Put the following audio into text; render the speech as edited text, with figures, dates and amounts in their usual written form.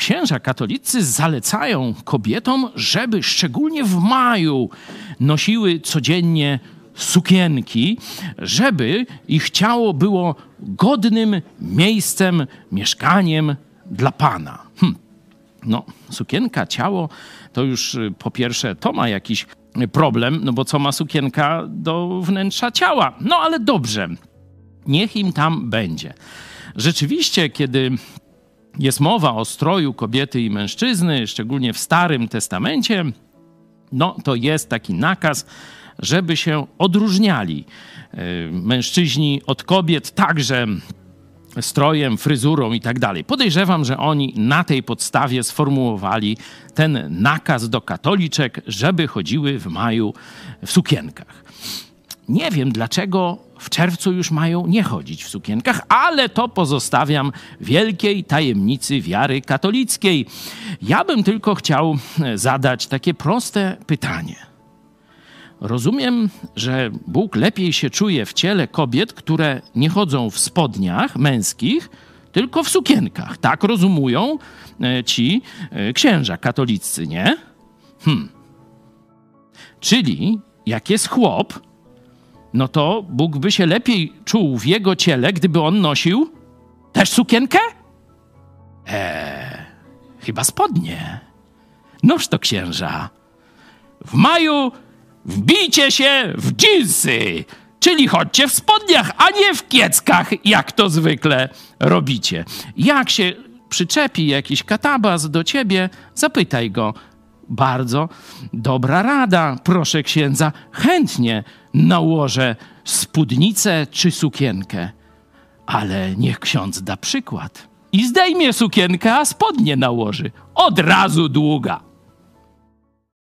księża katolicy zalecają kobietom, żeby szczególnie w maju nosiły codziennie sukienki, żeby ich ciało było godnym miejscem, mieszkaniem dla Pana. No, sukienka, ciało, to już po pierwsze to ma jakiś problem, no bo co ma sukienka do wnętrza ciała? No ale dobrze, niech im tam będzie. Rzeczywiście, kiedy jest mowa o stroju kobiety i mężczyzny, szczególnie w Starym Testamencie, no to jest taki nakaz, żeby się odróżniali mężczyźni od kobiet, także strojem, fryzurą i tak dalej. Podejrzewam, że oni na tej podstawie sformułowali ten nakaz do katoliczek, żeby chodziły w maju w sukienkach. Nie wiem, dlaczego w czerwcu już mają nie chodzić w sukienkach, ale to pozostawiam wielkiej tajemnicy wiary katolickiej. Ja bym tylko chciał zadać takie proste pytanie. Rozumiem, że Bóg lepiej się czuje w ciele kobiet, które nie chodzą w spodniach męskich, tylko w sukienkach. Tak rozumują ci księża katoliccy, nie? Czyli jak jest chłop, no to Bóg by się lepiej czuł w jego ciele, gdyby on nosił też sukienkę? Chyba spodnie. Noż to księża. W maju wbijcie się w dżinsy, czyli chodźcie w spodniach, a nie w kieckach, jak to zwykle robicie. Jak się przyczepi jakiś katabas do ciebie, zapytaj go. Bardzo dobra rada, proszę księdza. Chętnie nałożę spódnicę czy sukienkę. Ale niech ksiądz da przykład i zdejmie sukienkę, a spodnie nałoży. Od razu długa.